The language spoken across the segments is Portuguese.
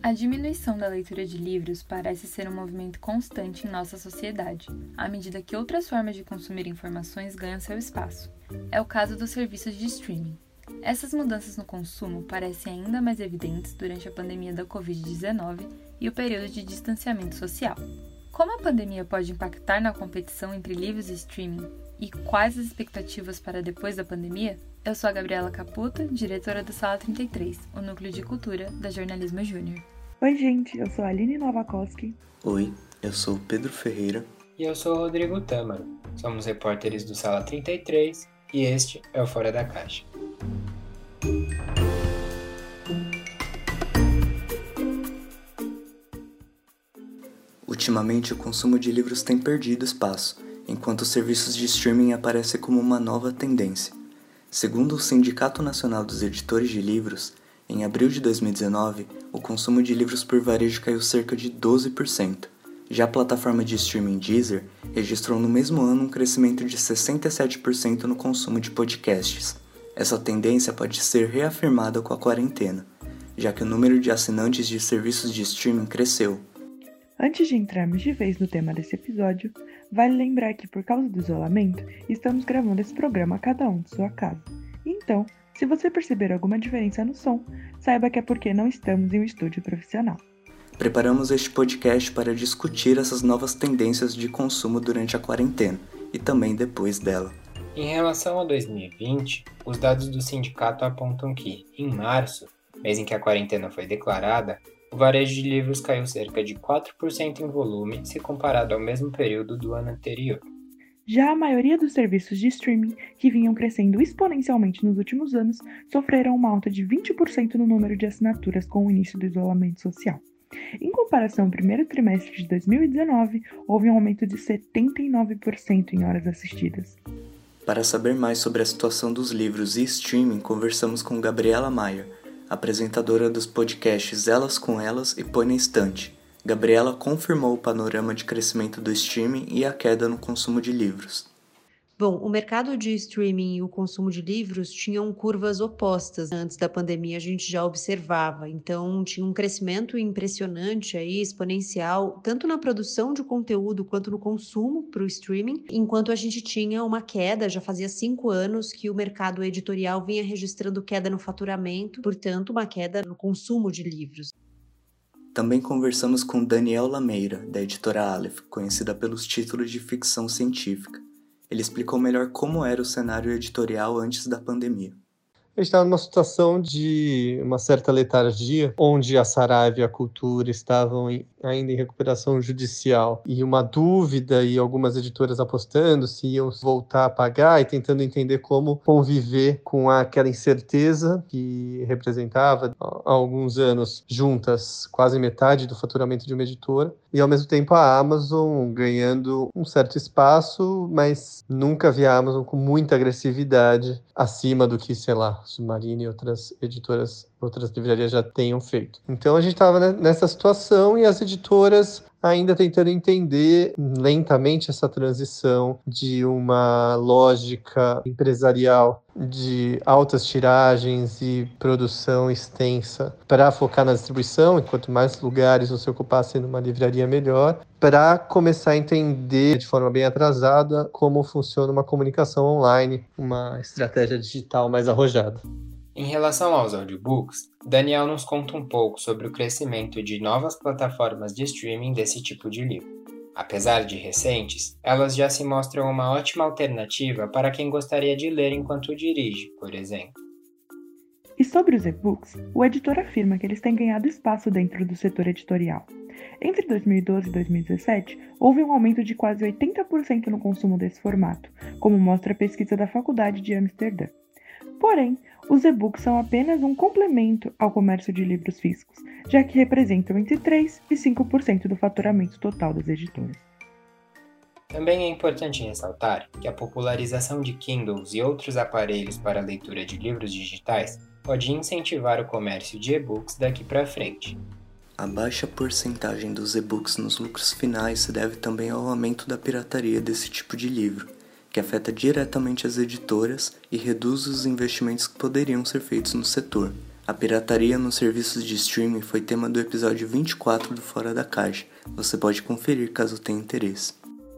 A diminuição da leitura de livros parece ser um movimento constante em nossa sociedade, à medida que outras formas de consumir informações ganham seu espaço. É o caso dos serviços de streaming. Essas mudanças no consumo parecem ainda mais evidentes durante a pandemia da Covid-19 e o período de distanciamento social. Como a pandemia pode impactar na competição entre livros e streaming e quais as expectativas para depois da pandemia? Eu sou a Gabriela Caputo, diretora do Sala 33, o núcleo de cultura da Jornalismo Júnior. Oi, gente, eu sou a Aline Novakoski. Oi, eu sou o Pedro Ferreira. E eu sou o Rodrigo Tâmaro. Somos repórteres do Sala 33 e este é o Fora da Caixa. Ultimamente, o consumo de livros tem perdido espaço, enquanto os serviços de streaming aparecem como uma nova tendência. Segundo o Sindicato Nacional dos Editores de Livros, em abril de 2019, o consumo de livros por varejo caiu cerca de 12%. Já a plataforma de streaming Deezer registrou no mesmo ano um crescimento de 67% no consumo de podcasts. Essa tendência pode ser reafirmada com a quarentena, já que o número de assinantes de serviços de streaming cresceu. Antes de entrarmos de vez no tema desse episódio, vale lembrar que por causa do isolamento, estamos gravando esse programa cada um de sua casa. Então, se você perceber alguma diferença no som, saiba que é porque não estamos em um estúdio profissional. Preparamos este podcast para discutir essas novas tendências de consumo durante a quarentena e também depois dela. Em relação a 2020, os dados do sindicato apontam que, em março, mês em que a quarentena foi declarada, o varejo de livros caiu cerca de 4% em volume se comparado ao mesmo período do ano anterior. Já a maioria dos serviços de streaming, que vinham crescendo exponencialmente nos últimos anos, sofreram uma alta de 20% no número de assinaturas com o início do isolamento social. Em comparação ao primeiro trimestre de 2019, houve um aumento de 79% em horas assistidas. Para saber mais sobre a situação dos livros e streaming, conversamos com Gabriela Maia, apresentadora dos podcasts Elas com Elas e Põe na Estante. Gabriela confirmou o panorama de crescimento do streaming e a queda no consumo de livros. Bom, o mercado de streaming e o consumo de livros tinham curvas opostas. Antes da pandemia a gente já observava, então tinha um crescimento impressionante aí, exponencial, tanto na produção de conteúdo quanto no consumo para o streaming, enquanto a gente tinha uma queda, já fazia 5 anos que o mercado editorial vinha registrando queda no faturamento, portanto uma queda no consumo de livros. Também conversamos com Daniel Lameira, da editora Aleph, conhecida pelos títulos de ficção científica. Ele explicou melhor como era o cenário editorial antes da pandemia. A gente estava numa situação de uma certa letargia, onde a Saraiva e a Cultura estavam ainda em recuperação judicial, e uma dúvida e algumas editoras apostando se iam voltar a pagar e tentando entender como conviver com aquela incerteza que representava há alguns anos juntas quase metade do faturamento de uma editora, e ao mesmo tempo a Amazon ganhando um certo espaço, mas nunca vi a Amazon com muita agressividade acima do que, sei lá, Submarino e outras editoras, outras livrarias já tenham feito. Então a gente estava nessa situação e as editoras ainda tentando entender lentamente essa transição de uma lógica empresarial de altas tiragens e produção extensa para focar na distribuição, e quanto mais lugares você ocupasse numa livraria melhor, para começar a entender de forma bem atrasada como funciona uma comunicação online, uma estratégia digital mais arrojada. Em relação aos audiobooks, Daniel nos conta um pouco sobre o crescimento de novas plataformas de streaming desse tipo de livro. Apesar de recentes, elas já se mostram uma ótima alternativa para quem gostaria de ler enquanto dirige, por exemplo. E sobre os e-books, o editor afirma que eles têm ganhado espaço dentro do setor editorial. Entre 2012 e 2017, houve um aumento de quase 80% no consumo desse formato, como mostra a pesquisa da Faculdade de Amsterdã. Porém, os e-books são apenas um complemento ao comércio de livros físicos, já que representam entre 3% e 5% do faturamento total das editoras. Também é importante ressaltar que a popularização de Kindles e outros aparelhos para a leitura de livros digitais pode incentivar o comércio de e-books daqui para frente. A baixa porcentagem dos e-books nos lucros finais se deve também ao aumento da pirataria desse tipo de livro, que afeta diretamente as editoras e reduz os investimentos que poderiam ser feitos no setor, A pirataria nos serviços de streaming foi tema do episódio 24 do Fora da Caixa. Você pode conferir caso tenha interesse.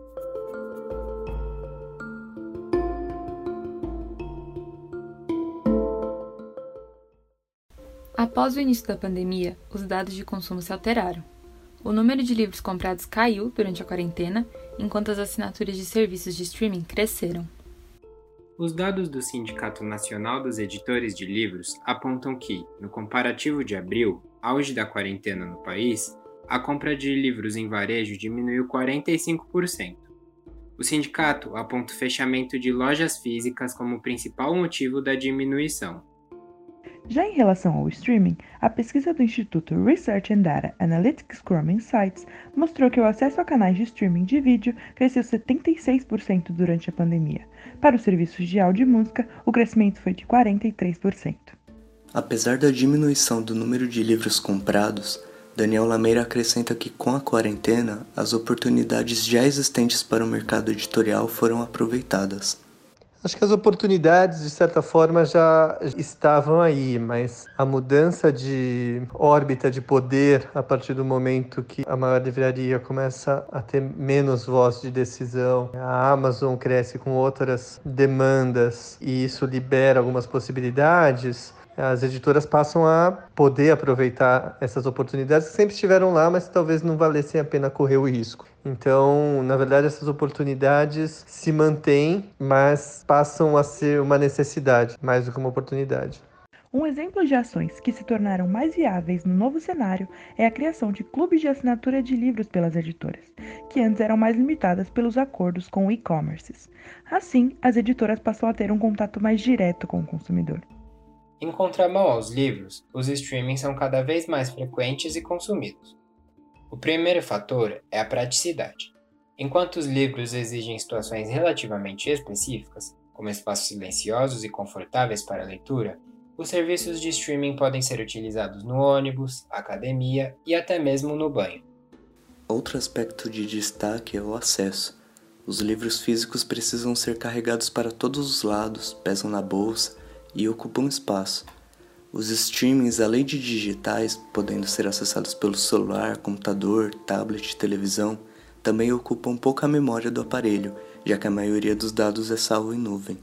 Após o início da pandemia, os dados de consumo se alteraram. O número de livros comprados caiu durante a quarentena, enquanto as assinaturas de serviços de streaming cresceram. Os dados do Sindicato Nacional dos Editores de Livros apontam que, no comparativo de abril, auge da quarentena no país, a compra de livros em varejo diminuiu 45%. O sindicato aponta o fechamento de lojas físicas como principal motivo da diminuição. Já em relação ao streaming, a pesquisa do Instituto Research and Data Analytics Chrome Insights mostrou que o acesso a canais de streaming de vídeo cresceu 76% durante a pandemia. Para os serviços de áudio e música, o crescimento foi de 43%. Apesar da diminuição do número de livros comprados, Daniel Lameira acrescenta que com a quarentena, as oportunidades já existentes para o mercado editorial foram aproveitadas. Acho que as oportunidades, de certa forma, já estavam aí, mas a mudança de órbita de poder a partir do momento que a maior livraria começa a ter menos voz de decisão, a Amazon cresce com outras demandas e isso libera algumas possibilidades, as editoras passam a poder aproveitar essas oportunidades que sempre estiveram lá, mas talvez não valessem a pena correr o risco. Então, na verdade, essas oportunidades se mantêm, mas passam a ser uma necessidade, mais do que uma oportunidade. Um exemplo de ações que se tornaram mais viáveis no novo cenário é a criação de clubes de assinatura de livros pelas editoras, que antes eram mais limitadas pelos acordos com e-commerces. Assim, as editoras passam a ter um contato mais direto com o consumidor. Em contramão aos livros, os streamings são cada vez mais frequentes e consumidos. O primeiro fator é a praticidade. Enquanto os livros exigem situações relativamente específicas, como espaços silenciosos e confortáveis para a leitura, os serviços de streaming podem ser utilizados no ônibus, academia e até mesmo no banho. Outro aspecto de destaque é o acesso. Os livros físicos precisam ser carregados para todos os lados, pesam na bolsa e ocupam espaço. Os streamings, além de digitais, podendo ser acessados pelo celular, computador, tablet, televisão, também ocupam pouca memória do aparelho, já que a maioria dos dados é salvo em nuvem.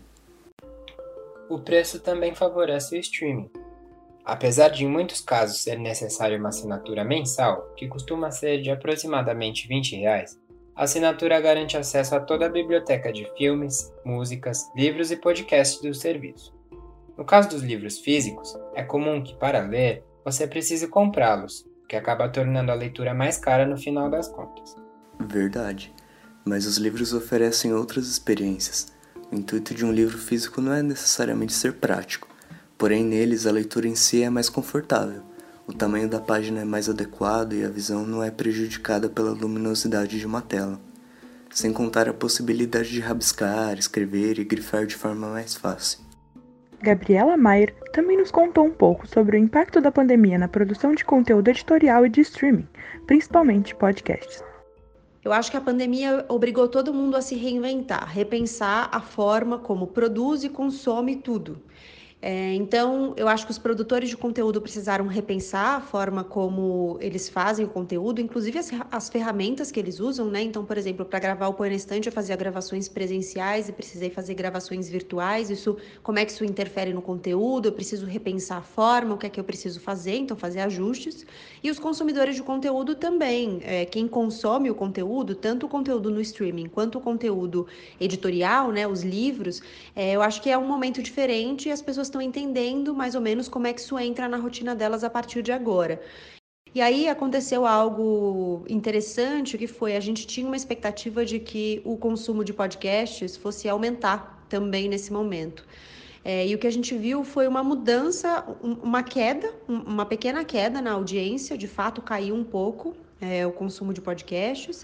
O preço também favorece o streaming. Apesar de em muitos casos ser necessária uma assinatura mensal, que costuma ser de aproximadamente R$20, a assinatura garante acesso a toda a biblioteca de filmes, músicas, livros e podcasts do serviço. No caso dos livros físicos, é comum que, para ler, você precise comprá-los, o que acaba tornando a leitura mais cara no final das contas. Verdade, mas os livros oferecem outras experiências. O intuito de um livro físico não é necessariamente ser prático, porém neles a leitura em si é mais confortável. O tamanho da página é mais adequado e a visão não é prejudicada pela luminosidade de uma tela, sem contar a possibilidade de rabiscar, escrever e grifar de forma mais fácil. Gabriela Maier também nos contou um pouco sobre o impacto da pandemia na produção de conteúdo editorial e de streaming, principalmente podcasts. Eu acho que a pandemia obrigou todo mundo a se reinventar, repensar a forma como produz e consome tudo. Então, eu acho que os produtores de conteúdo precisaram repensar a forma como eles fazem o conteúdo, inclusive as ferramentas que eles usam, né? Então, por exemplo, para gravar o Põe na Estante, eu fazia gravações presenciais e precisei fazer gravações virtuais. Como é que isso interfere no conteúdo? Eu preciso repensar a forma, o que é que eu preciso fazer, então fazer ajustes. E os consumidores de conteúdo também. Quem consome o conteúdo, tanto o conteúdo no streaming quanto o conteúdo editorial, né? Os livros, eu acho que é um momento diferente e as pessoas estão entendendo mais ou menos como é que isso entra na rotina delas a partir de agora. E aí aconteceu algo interessante, que foi, a gente tinha uma expectativa de que o consumo de podcasts fosse aumentar também nesse momento. E o que a gente viu foi uma mudança, uma queda, uma pequena queda na audiência, de fato caiu um pouco o consumo de podcasts,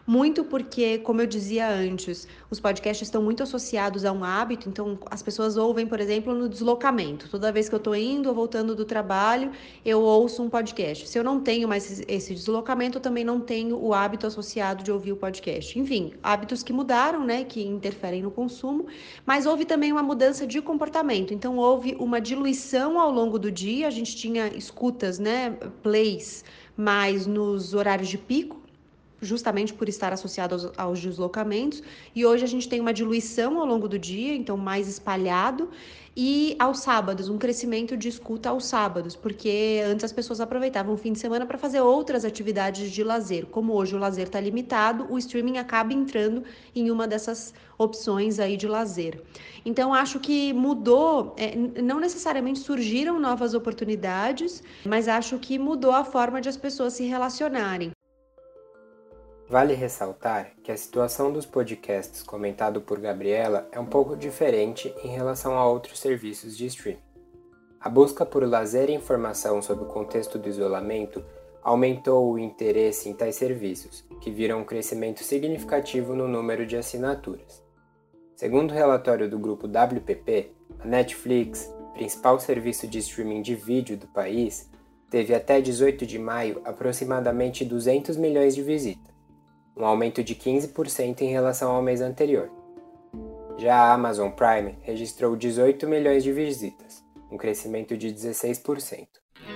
muito porque, como eu dizia antes, os podcasts estão muito associados a um hábito, então as pessoas ouvem, por exemplo, no deslocamento. Toda vez que eu estou indo ou voltando do trabalho, eu ouço um podcast. Se eu não tenho mais esse deslocamento, eu também não tenho o hábito associado de ouvir o podcast. Enfim, hábitos que mudaram, né, que interferem no consumo, mas houve também uma mudança de comportamento. Então, houve uma diluição ao longo do dia, a gente tinha escutas, né, plays, mais nos horários de pico, justamente por estar associado aos deslocamentos, e hoje a gente tem uma diluição ao longo do dia, então mais espalhado, e aos sábados, um crescimento de escuta aos sábados, porque antes as pessoas aproveitavam o fim de semana para fazer outras atividades de lazer. Como hoje o lazer está limitado, o streaming acaba entrando em uma dessas opções aí de lazer. Então, acho que mudou, não necessariamente surgiram novas oportunidades, mas acho que mudou a forma de as pessoas se relacionarem. Vale ressaltar que a situação dos podcasts comentado por Gabriela é um pouco diferente em relação a outros serviços de streaming. A busca por lazer e informação sobre o contexto do isolamento aumentou o interesse em tais serviços, que viram um crescimento significativo no número de assinaturas. Segundo o relatório do grupo WPP, a Netflix, principal serviço de streaming de vídeo do país, teve até 18 de maio aproximadamente 200 milhões de visitas, um aumento de 15% em relação ao mês anterior. Já a Amazon Prime registrou 18 milhões de visitas, um crescimento de 16%.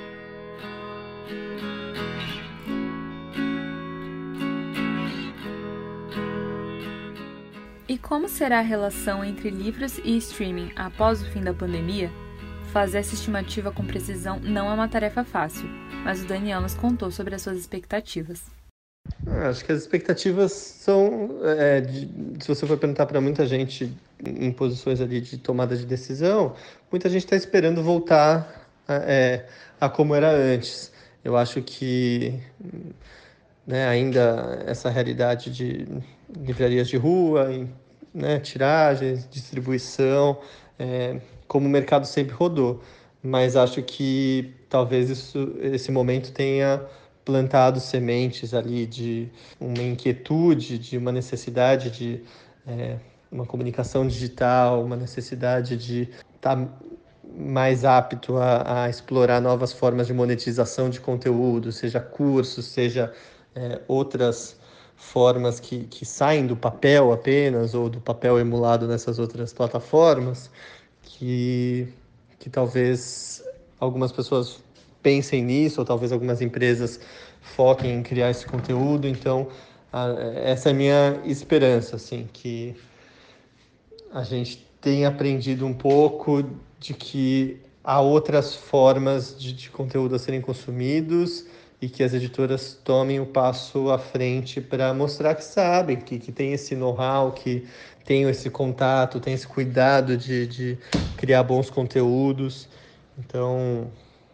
E como será a relação entre livros e streaming após o fim da pandemia? Fazer essa estimativa com precisão não é uma tarefa fácil, mas o Daniel nos contou sobre as suas expectativas. Acho que as expectativas são, se você for perguntar para muita gente em posições ali de tomada de decisão, muita gente está esperando voltar a como era antes. Eu acho que ainda essa realidade de livrarias de rua, tiragens, distribuição, como o mercado sempre rodou. Mas acho que talvez esse momento tenha plantado sementes ali de uma inquietude, de uma necessidade de uma comunicação digital, uma necessidade de estar mais apto a explorar novas formas de monetização de conteúdo, seja cursos, seja outras formas que saem do papel apenas ou do papel emulado nessas outras plataformas, que talvez algumas pessoas pensem nisso, ou talvez algumas empresas foquem em criar esse conteúdo. Então, essa é a minha esperança, assim, que a gente tenha aprendido um pouco de que há outras formas de conteúdo a serem consumidos e que as editoras tomem o passo à frente para mostrar que sabem, que tem esse know-how, que tem esse contato, tem esse cuidado de criar bons conteúdos. Então,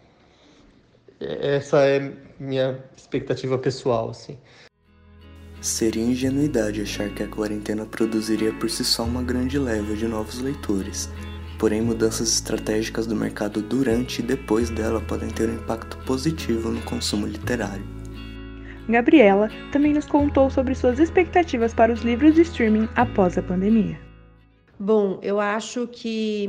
essa é minha expectativa pessoal, assim. Seria ingenuidade achar que a quarentena produziria por si só uma grande leva de novos leitores, porém mudanças estratégicas do mercado durante e depois dela podem ter um impacto positivo no consumo literário. Gabriela também nos contou sobre suas expectativas para os livros de streaming após a pandemia. Bom, eu acho que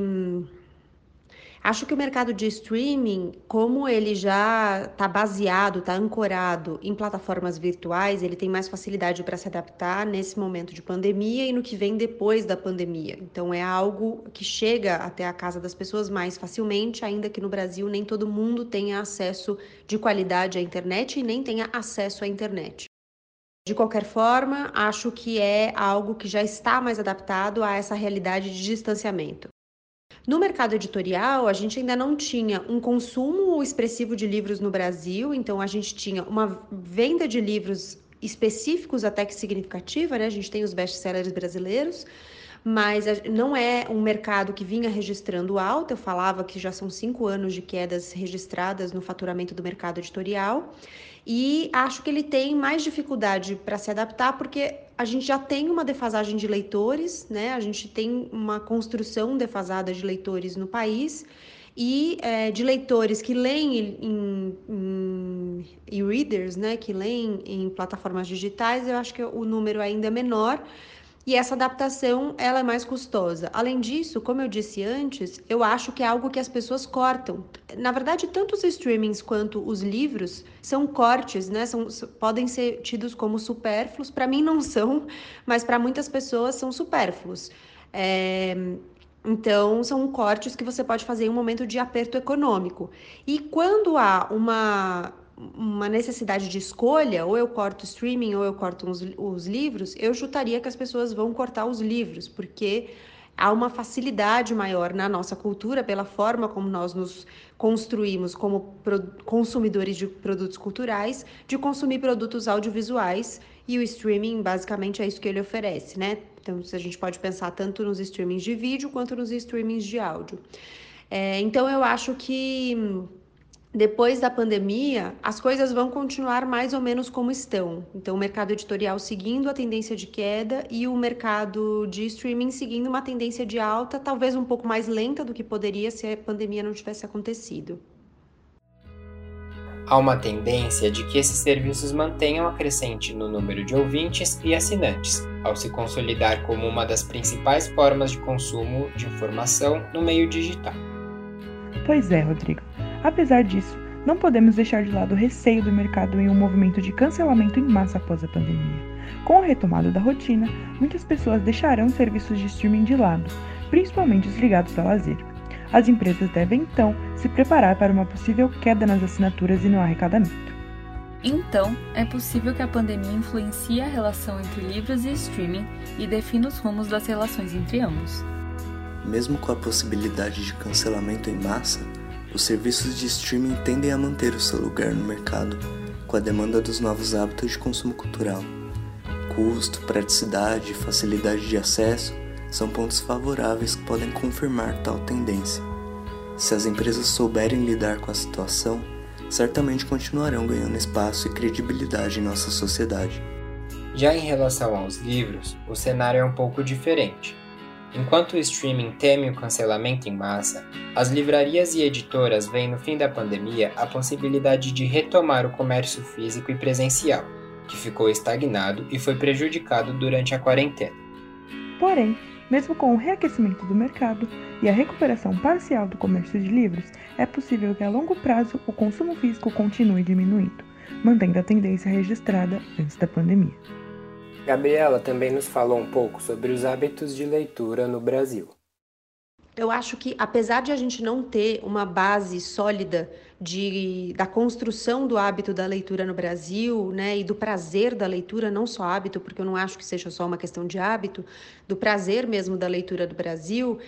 o mercado de streaming, como ele já está baseado, está ancorado em plataformas virtuais, ele tem mais facilidade para se adaptar nesse momento de pandemia e no que vem depois da pandemia. Então, é algo que chega até a casa das pessoas mais facilmente, ainda que no Brasil nem todo mundo tenha acesso de qualidade à internet e nem tenha acesso à internet. De qualquer forma, acho que é algo que já está mais adaptado a essa realidade de distanciamento. No mercado editorial, a gente ainda não tinha um consumo expressivo de livros no Brasil, então a gente tinha uma venda de livros específicos até que significativa, né? A gente tem os best-sellers brasileiros, mas não é um mercado que vinha registrando alta. Eu falava que já são 5 anos de quedas registradas no faturamento do mercado editorial, e acho que ele tem mais dificuldade para se adaptar porque a gente já tem uma defasagem de leitores, né? A gente tem uma construção defasada de leitores no país e de leitores que leem em e-readers, né, que leem em plataformas digitais, eu acho que o número ainda é menor. E essa adaptação, ela é mais custosa. Além disso, como eu disse antes, eu acho que é algo que as pessoas cortam. Na verdade, tanto os streamings quanto os livros são cortes, né? Podem ser tidos como supérfluos. Para mim não são, mas para muitas pessoas são supérfluos. Então, são cortes que você pode fazer em um momento de aperto econômico. E quando há uma necessidade de escolha, ou eu corto o streaming ou eu corto os livros, eu chutaria que as pessoas vão cortar os livros, porque há uma facilidade maior na nossa cultura, pela forma como nós nos construímos como consumidores de produtos culturais, de consumir produtos audiovisuais, e o streaming basicamente é isso que ele oferece, né? Então, a gente pode pensar tanto nos streamings de vídeo quanto nos streamings de áudio. Então, eu acho que depois da pandemia, as coisas vão continuar mais ou menos como estão. Então, o mercado editorial seguindo a tendência de queda e o mercado de streaming seguindo uma tendência de alta, talvez um pouco mais lenta do que poderia se a pandemia não tivesse acontecido. Há uma tendência de que esses serviços mantenham a crescente no número de ouvintes e assinantes, ao se consolidar como uma das principais formas de consumo de informação no meio digital. Pois é, Rodrigo. Apesar disso, não podemos deixar de lado o receio do mercado em um movimento de cancelamento em massa após a pandemia. Com a retomada da rotina, muitas pessoas deixarão serviços de streaming de lado, principalmente os ligados ao lazer. As empresas devem, então, se preparar para uma possível queda nas assinaturas e no arrecadamento. Então, é possível que a pandemia influencie a relação entre livros e streaming e defina os rumos das relações entre ambos. Mesmo com a possibilidade de cancelamento em massa, os serviços de streaming tendem a manter o seu lugar no mercado com a demanda dos novos hábitos de consumo cultural. Custo, praticidade e facilidade de acesso são pontos favoráveis que podem confirmar tal tendência. Se as empresas souberem lidar com a situação, certamente continuarão ganhando espaço e credibilidade em nossa sociedade. Já em relação aos livros, o cenário é um pouco diferente. Enquanto o streaming teme o cancelamento em massa, as livrarias e editoras veem no fim da pandemia a possibilidade de retomar o comércio físico e presencial, que ficou estagnado e foi prejudicado durante a quarentena. Porém, mesmo com o reaquecimento do mercado e a recuperação parcial do comércio de livros, é possível que a longo prazo o consumo físico continue diminuindo, mantendo a tendência registrada antes da pandemia. Gabriela também nos falou um pouco sobre os hábitos de leitura no Brasil. Eu acho que, apesar de a gente não ter uma base sólida da construção do hábito da leitura no Brasil, né, e do prazer da leitura, não só hábito, porque eu não acho que seja só uma questão de hábito, do prazer mesmo da leitura do Brasil,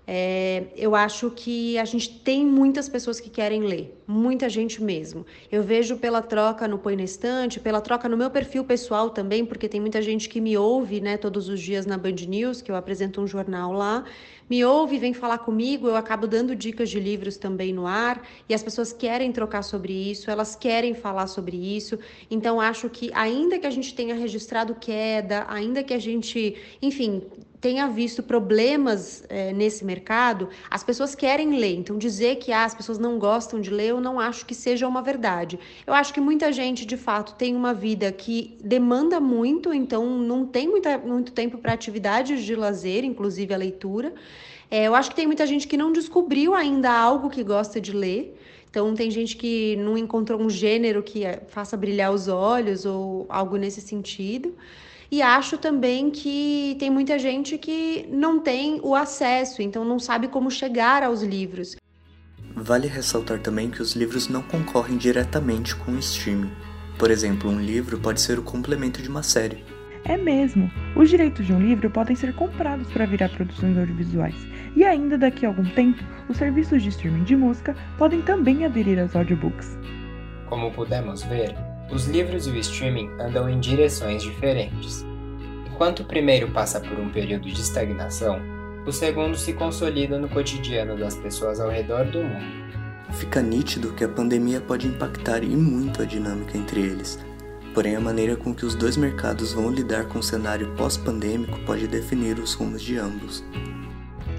eu acho que a gente tem muitas pessoas que querem ler, muita gente mesmo. Eu vejo pela troca no Põe na Estante, pela troca no meu perfil pessoal também, porque tem muita gente que me ouve, né, todos os dias na Band News, que eu apresento um jornal lá, me ouve, vem falar comigo, eu acabo dando dicas de livros também no ar, e as pessoas querem trocar sobre isso, elas querem falar sobre isso. Então, acho que ainda que a gente tenha registrado queda, ainda que a gente, enfim, tenha visto problemas nesse mercado, as pessoas querem ler. Então, dizer que as pessoas não gostam de ler, eu não acho que seja uma verdade. Eu acho que muita gente, de fato, tem uma vida que demanda muito, então não tem muito tempo para atividades de lazer, inclusive a leitura. Eu acho que tem muita gente que não descobriu ainda algo que gosta de ler. Então, tem gente que não encontrou um gênero que faça brilhar os olhos ou algo nesse sentido. E acho também que tem muita gente que não tem o acesso, então não sabe como chegar aos livros. Vale ressaltar também que os livros não concorrem diretamente com o streaming. Por exemplo, um livro pode ser o complemento de uma série. É mesmo! Os direitos de um livro podem ser comprados para virar produções audiovisuais. E ainda daqui a algum tempo, os serviços de streaming de música podem também aderir aos audiobooks. Como pudemos ver, os livros e o streaming andam em direções diferentes. Enquanto o primeiro passa por um período de estagnação, o segundo se consolida no cotidiano das pessoas ao redor do mundo. Fica nítido que a pandemia pode impactar e muito a dinâmica entre eles. Porém, a maneira com que os dois mercados vão lidar com o cenário pós-pandêmico pode definir os rumos de ambos.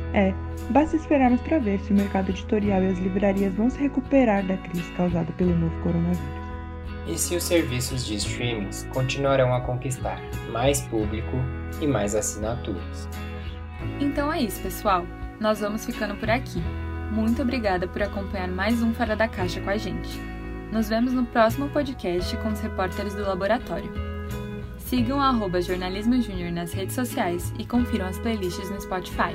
Basta esperarmos para ver se o mercado editorial e as livrarias vão se recuperar da crise causada pelo novo coronavírus. E se os serviços de streamings continuarão a conquistar mais público e mais assinaturas. Então é isso, pessoal. Nós vamos ficando por aqui. Muito obrigada por acompanhar mais um Fora da Caixa com a gente. Nos vemos no próximo podcast com os repórteres do laboratório. Sigam o @Jornalismo Júnior nas redes sociais e confiram as playlists no Spotify.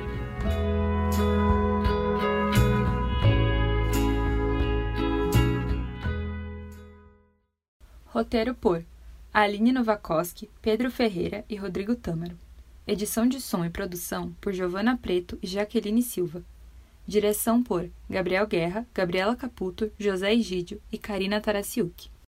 Roteiro por Aline Novakoski, Pedro Ferreira e Rodrigo Tâmaro. Edição de som e produção por Giovana Preto e Jaqueline Silva. Direção por Gabriel Guerra, Gabriela Caputo, José Egídio e Karina Tarasiuk.